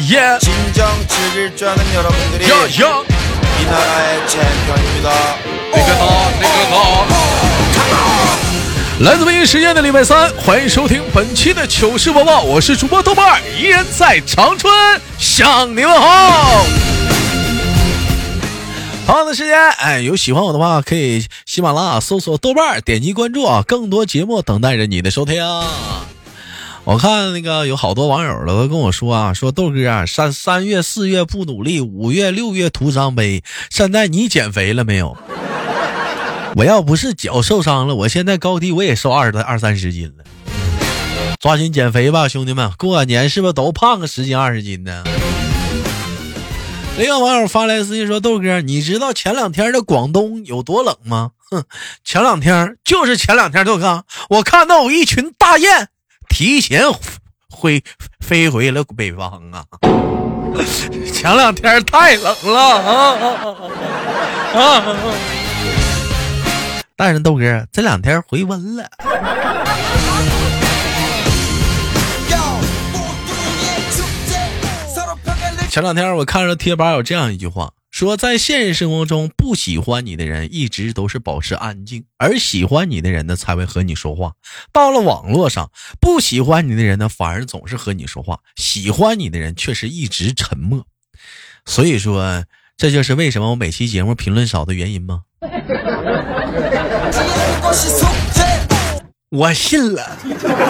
耶！ 진정 즐길 줄 아는 여러분들이 이 나라의 챔피언입니다. 来自北京时间的礼拜三，欢迎收听本期的糗事播报，我是主播豆瓣，依然在长春向你们好。同样的时间，有喜欢我的话，可以喜马拉雅搜索豆瓣，点击关注啊，更多节目等待着你的收听。我看那个有好多网友都跟我说啊，说豆哥啊，三月4月不努力，5月6月徒伤悲，现在你减肥了没有？我要不是脚受伤了，我现在高低我也瘦20-30斤了。抓紧减肥吧，兄弟们，过年是不是都胖个10斤20斤呢？另一个网友发来私信说，豆哥，你知道前2天的广东有多冷吗？前2天就是前2天，豆哥，我看到有一群大雁提前飞回了北方啊！前2天太冷了啊！但是豆哥这2天回温了。前2天我看着贴吧有这样一句话，说在现实生活中不喜欢你的人一直都是保持安静，而喜欢你的人呢才会和你说话。到了网络上，不喜欢你的人呢反而总是和你说话，喜欢你的人却是一直沉默。所以说这就是为什么我每期节目评论少的原因吗？我信了。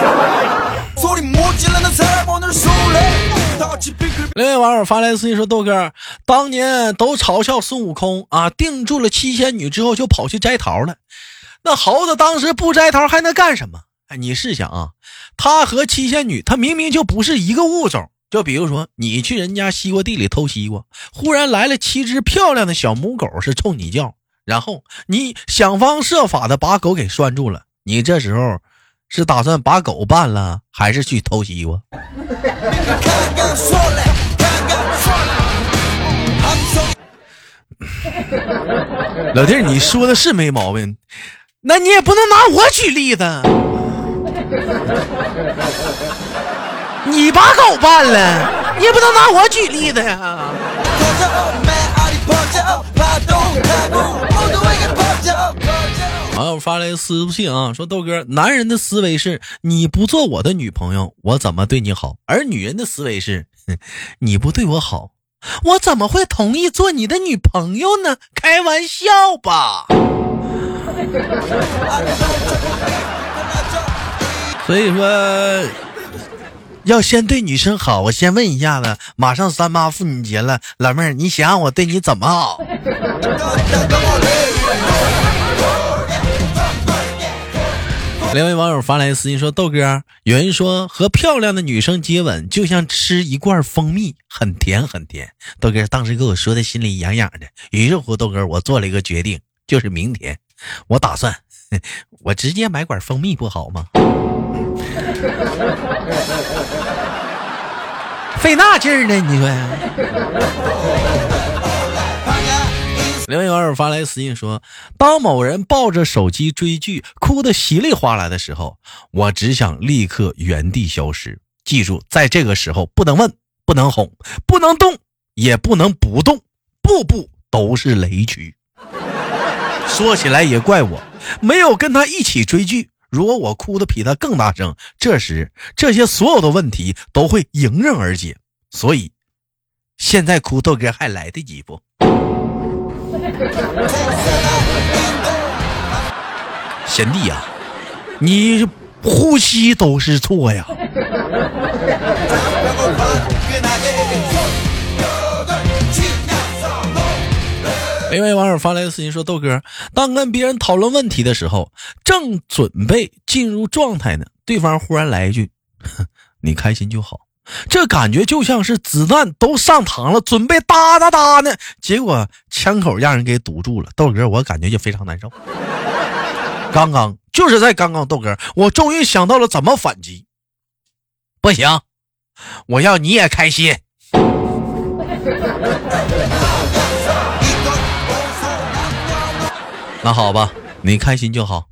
另外网友发来私信说，豆哥当年都嘲笑孙悟空啊，定住了7仙女之后就跑去摘桃了。那猴子当时不摘桃还能干什么？你试想啊，他和7仙女他明明就不是一个物种。就比如说你去人家西瓜地里偷西瓜，忽然来了7只漂亮的小母狗是冲你叫，然后你想方设法的把狗给拴住了，你这时候是打算把狗办了还是去偷西瓜？老弟，你说的是没毛病，那你也不能拿我举例子。你把狗办了，你也不能拿我举例子呀。网友发来私信啊，说豆哥，男人的思维是你不做我的女朋友我怎么对你好，而女人的思维是你不对我好我怎么会同意做你的女朋友呢？开玩笑吧。所以说要先对女生好。我先问一下子，马上3·8妇女节了，老妹儿，你想让我对你怎么好？另外网友发来私信说，豆哥，有人说和漂亮的女生接吻就像吃一罐蜂蜜，很甜很甜。豆哥当时给我说的心里痒痒的，于是乎豆哥我做了一个决定，就是明天我打算我直接买管蜂蜜不好吗？费那劲儿呢，你说。另外网友发来私信说，当某人抱着手机追剧哭得稀里哗啦的时候，我只想立刻原地消失。记住，在这个时候不能问，不能哄，不能动，也不能不动，步步都是雷区。说起来也怪我没有跟他一起追剧，如果我哭得比他更大声，这时这些所有的问题都会迎刃而解。所以现在哭豆哥还来得及不？贤弟呀，你呼吸都是错呀。另外网友发来的私信说，豆哥，当跟别人讨论问题的时候，正准备进入状态呢，对方忽然来一句你开心就好，这感觉就像是子弹都上膛了，准备哒哒哒呢，结果枪口让人给堵住了。豆哥我感觉就非常难受。就是在刚刚，豆哥我终于想到了怎么反击。不行，我要你也开心。那好吧，你开心就好。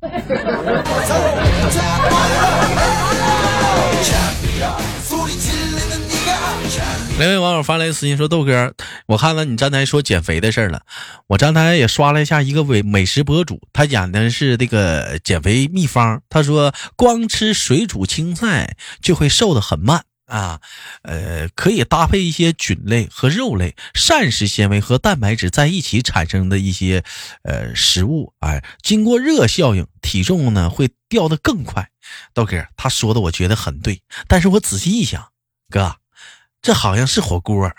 另位网友发来私信说，豆哥，我看了你站台说减肥的事儿了，我站台也刷了一下一个美食博主，他讲的是这个减肥秘方，他说光吃水煮青菜就会瘦得很慢啊，可以搭配一些菌类和肉类、膳食纤维和蛋白质在一起产生的一些食物，经过热效应，体重呢会掉得更快。豆哥，他说的我觉得很对，但是我仔细一想，哥，这好像是火锅。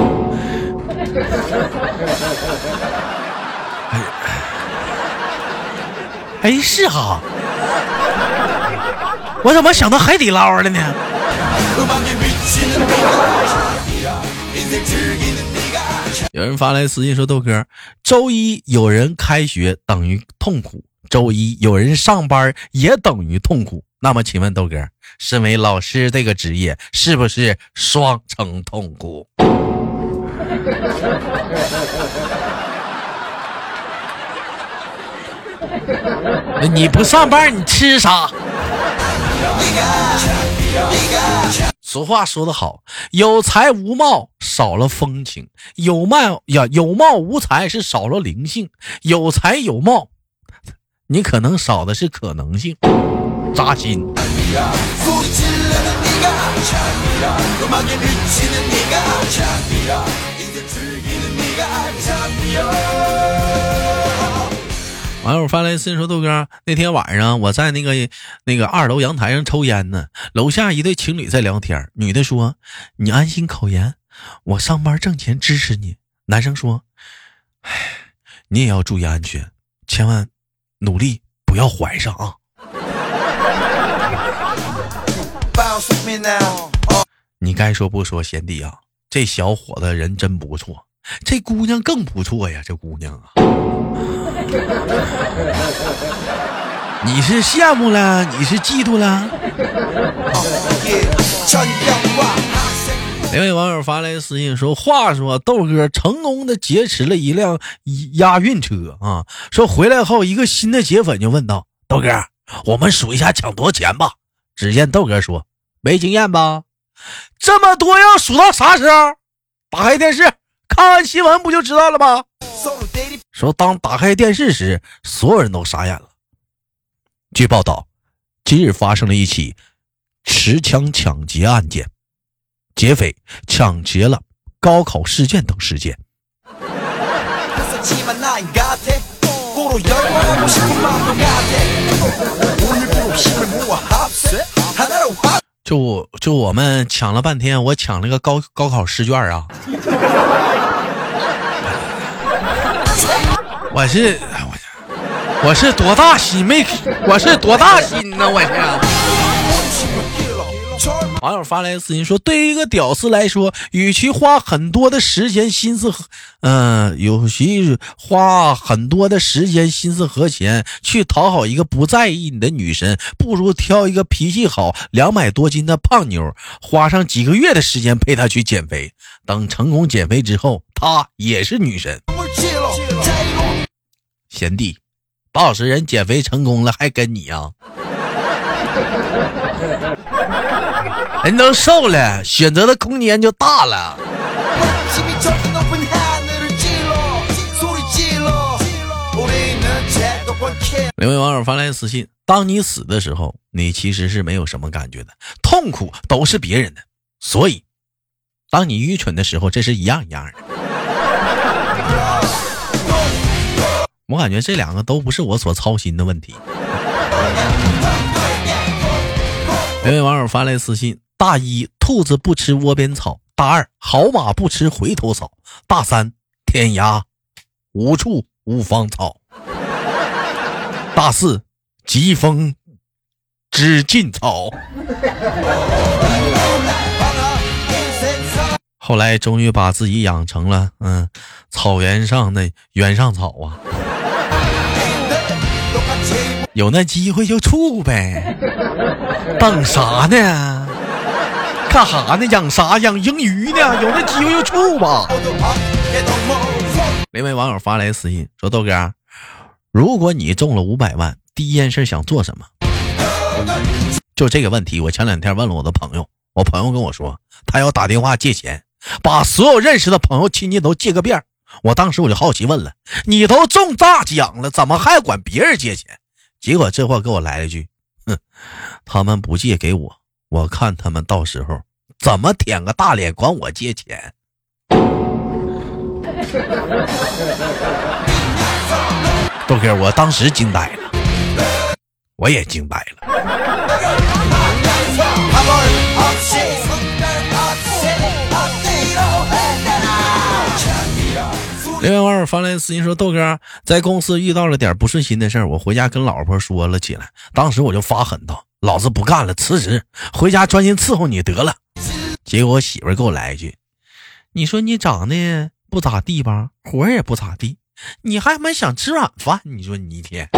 哎，是哈，我怎么想到海底捞了呢？有人发来私信说，豆哥，周一有人开学等于痛苦，周一有人上班也等于痛苦，那么请问豆哥，身为老师这个职业是不是双重痛苦？你不上班你吃啥？俗话说得好，有才无貌少了风情，有貌无才是少了灵性，有才有貌你可能少的是可能性。扎心。网友发来私信说，豆哥，那天晚上我在那个2楼阳台上抽烟呢，楼下一对情侣在聊天，女的说，你安心考研，我上班挣钱支持你。男生说，唉，你也要注意安全，千万努力不要怀上啊。你该说不说，贤弟啊，这小伙子人真不错，这姑娘更不错呀，这姑娘啊。你是羡慕了，你是嫉妒了？另外网友发来私信说，话说豆哥成功的劫持了一辆押运车啊，说回来后一个新的铁粉就问道，豆哥，我们数一下抢多少钱吧。只见豆哥说，没经验吧，这么多要数到啥时候？打开电视看完新闻不就知道了吗？说当打开电视时，所有人都傻眼了。据报道，今日发生了一起持枪抢劫案件，劫匪抢劫了高考试卷等事件。就我们抢了半天，我抢了个高考试卷啊。我是多大心我是多大心呢？我是。网友发来私信说，对于一个屌丝来说，与其花很多的时间心思和钱去讨好一个不在意你的女神，不如挑一个脾气好200多斤的胖妞，花上几个月的时间陪她去减肥，等成功减肥之后，她也是女神。贤弟，大老实人减肥成功了还跟你啊？人都瘦了，选择的空间就大了。两位网友发来私信，当你死的时候，你其实是没有什么感觉的，痛苦都是别人的，所以当你愚蠢的时候，这是一样的。我感觉这两个都不是我所操心的问题。有位网友发来私信，大一兔子不吃窝边草，大二好马不吃回头草，大三天涯无处无芳草，大四疾风知劲草。后来终于把自己养成了草原上的原上草啊，有那机会就处呗，等啥呢？干啥呢？养啥？养鲸鱼呢？有那机会就处吧。另外网友发来私信说，豆哥，如果你中了500万，第一件事想做什么？就这个问题，我前2天问了我的朋友，我朋友跟我说他要打电话借钱， 把所有认识的朋友亲戚都借个遍。我当时我就好奇问了，你都中大奖了，怎么还管别人借钱？结果这话给我来了一句，哼，他们不借给我，我看他们到时候怎么舔个大脸管我借钱。豆哥，我当时惊呆了，我也惊呆了。6月2日发来私信说，豆哥在公司遇到了点不顺心的事儿，我回家跟老婆说了起来，当时我就发狠道，老子不干了，辞职回家专心伺候你得了。结果我媳妇给我来一句，你说你长得不咋地吧，活也不咋地，你还蛮想吃软饭，你说你一天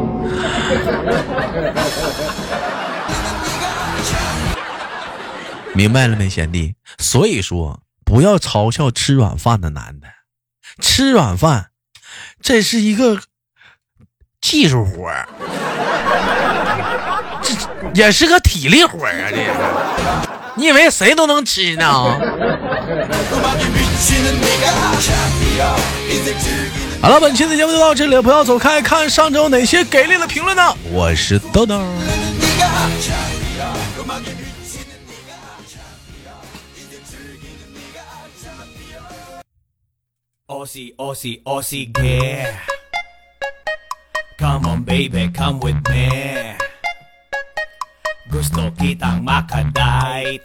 明白了没，贤弟？所以说不要嘲笑吃软饭的男的，吃软饭这是一个技术活儿，这也是个体力活儿啊，这个你以为谁都能吃呢？好了，本期的节目就到这里，不要走开，看上周哪些给力的评论呢？我是豆豆。 Aussie, Aussie, Aussie, yeah. Come on, baby, come with me. Gusto kitang makadite.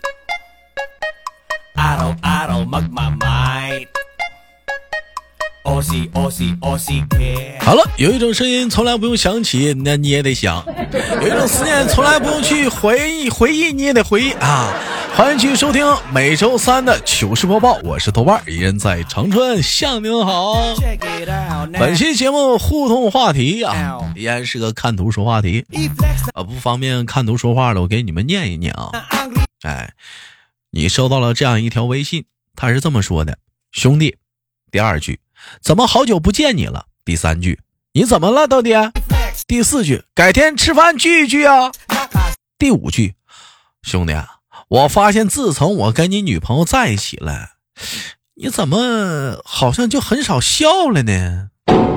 Araw-araw magmamite. Aussie, Aussie, Aussie, yeah. 好了，有一种声音从来不用想起，那你也得想；有一种思念从来不用去回忆，你也得回忆啊！欢迎继续收听每周三的糗事播报，我是豆瓣，依然在长春向您好。本期节目互动话题啊，依然是个看图说话题不方便看图说话的，我给你们念一念啊。哎，你收到了这样一条微信，他是这么说的：兄弟，第二句，怎么好久不见你了？第三句，你怎么了，豆弟？第四句，改天吃饭聚一聚啊。第五句，兄弟啊，我发现自从我跟你女朋友在一起了，你怎么好像就很少笑了呢？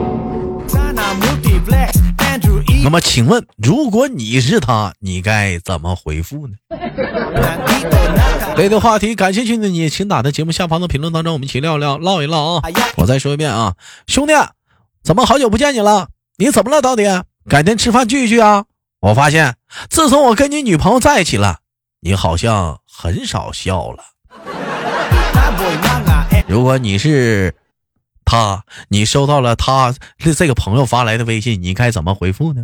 那么请问，如果你是他，你该怎么回复呢？对的话题感兴趣的你，请打在节目下方的评论当中，我们一起唠一唠啊！我再说一遍啊，兄弟，怎么好久不见你了？你怎么了，到底？改天吃饭聚一聚啊！我发现自从我跟你女朋友在一起了，你好像很少笑了。如果你是他，你收到了他这个朋友发来的微信，你该怎么回复呢？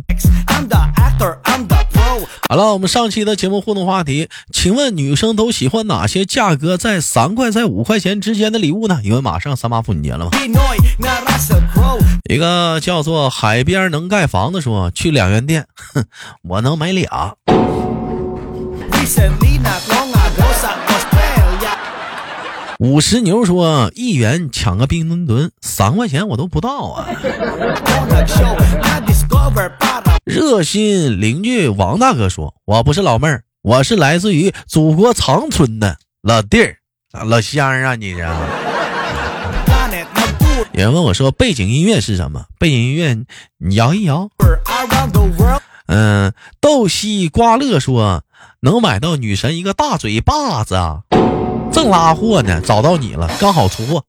好了，我们上期的节目互动话题，请问女生都喜欢哪些价格在3块在5块钱之间的礼物呢？因为马上3·8妇女节了嘛。一个叫做海边能盖房的说，去2元店，我能买俩。50牛说1元抢个冰墩墩3块钱我都不到啊。热心邻居王大哥说，我不是老妹儿，我是来自于祖国长春的老弟儿老乡啊，你这有人问我说背景音乐是什么？背景音乐你摇一摇。豆西瓜乐说能买到女神一个大嘴巴子啊，正拉货呢，找到你了，刚好出货。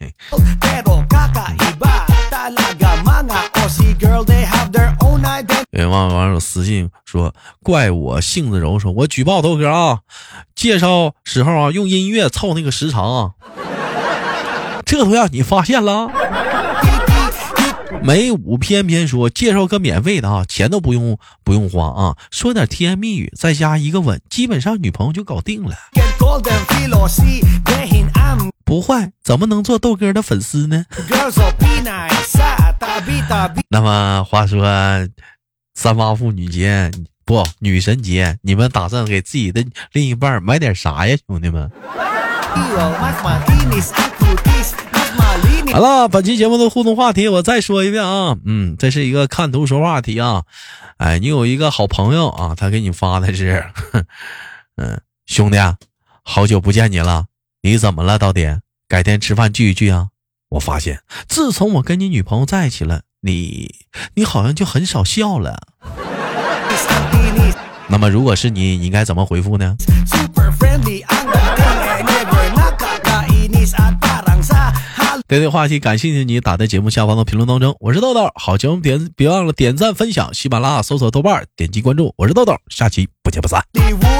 有网友私信说，怪我性子柔，说我举报豆哥啊，介绍时候啊用音乐凑那个时长啊，这都让你发现了。梅武偏偏说介绍个免费的啊，钱都不用花啊，说点甜言蜜语，再加一个吻，基本上女朋友就搞定了。不坏，怎么能做豆哥的粉丝呢？那么话说3·8妇女节不女神节，你们打算给自己的另一半买点啥呀，兄弟们？好了，本期节目的互动话题我再说一遍啊，这是一个看图说话题啊。哎，你有一个好朋友啊，他给你发的是兄弟啊，好久不见你了， 你怎么了到底？改天吃饭聚一聚啊。我发现自从我跟你女朋友在一起了，你好像就很少笑了。那么如果是你应该怎么回复呢？对对话题感兴趣你打在节目下方的评论当中。我是豆豆，好节目别忘了点赞分享，喜马拉雅搜索豆瓣点击关注。我是豆豆，下期不见不散。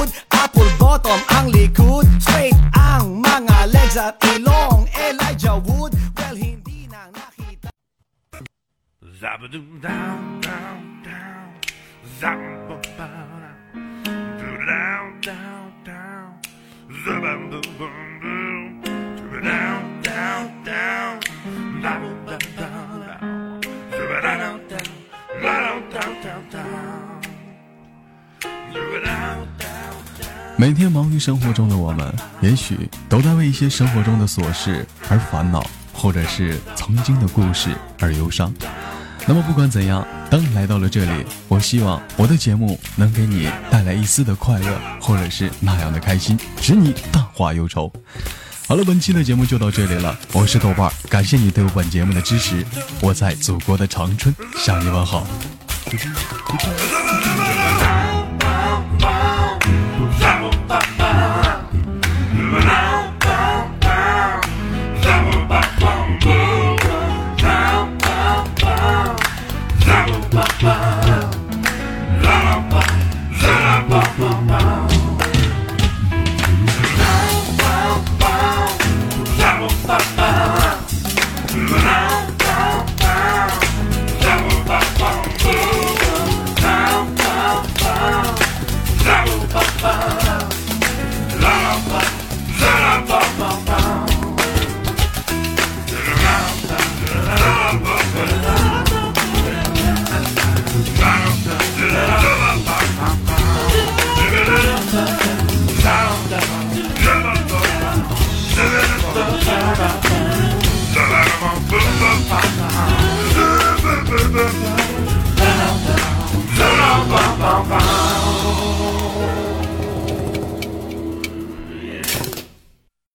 每天忙于生活中的我们，也许都在为一些生活中的琐事而烦恼，或者是曾经的故事而忧伤。那么不管怎样，当你来到了这里，我希望我的节目能给你带来一丝的快乐，或者是那样的开心，使你淡化忧愁。好了，本期的节目就到这里了，我是豆瓣，感谢你对我本节目的支持，我在祖国的长春向你问好。 Boom, boom, boom, boom.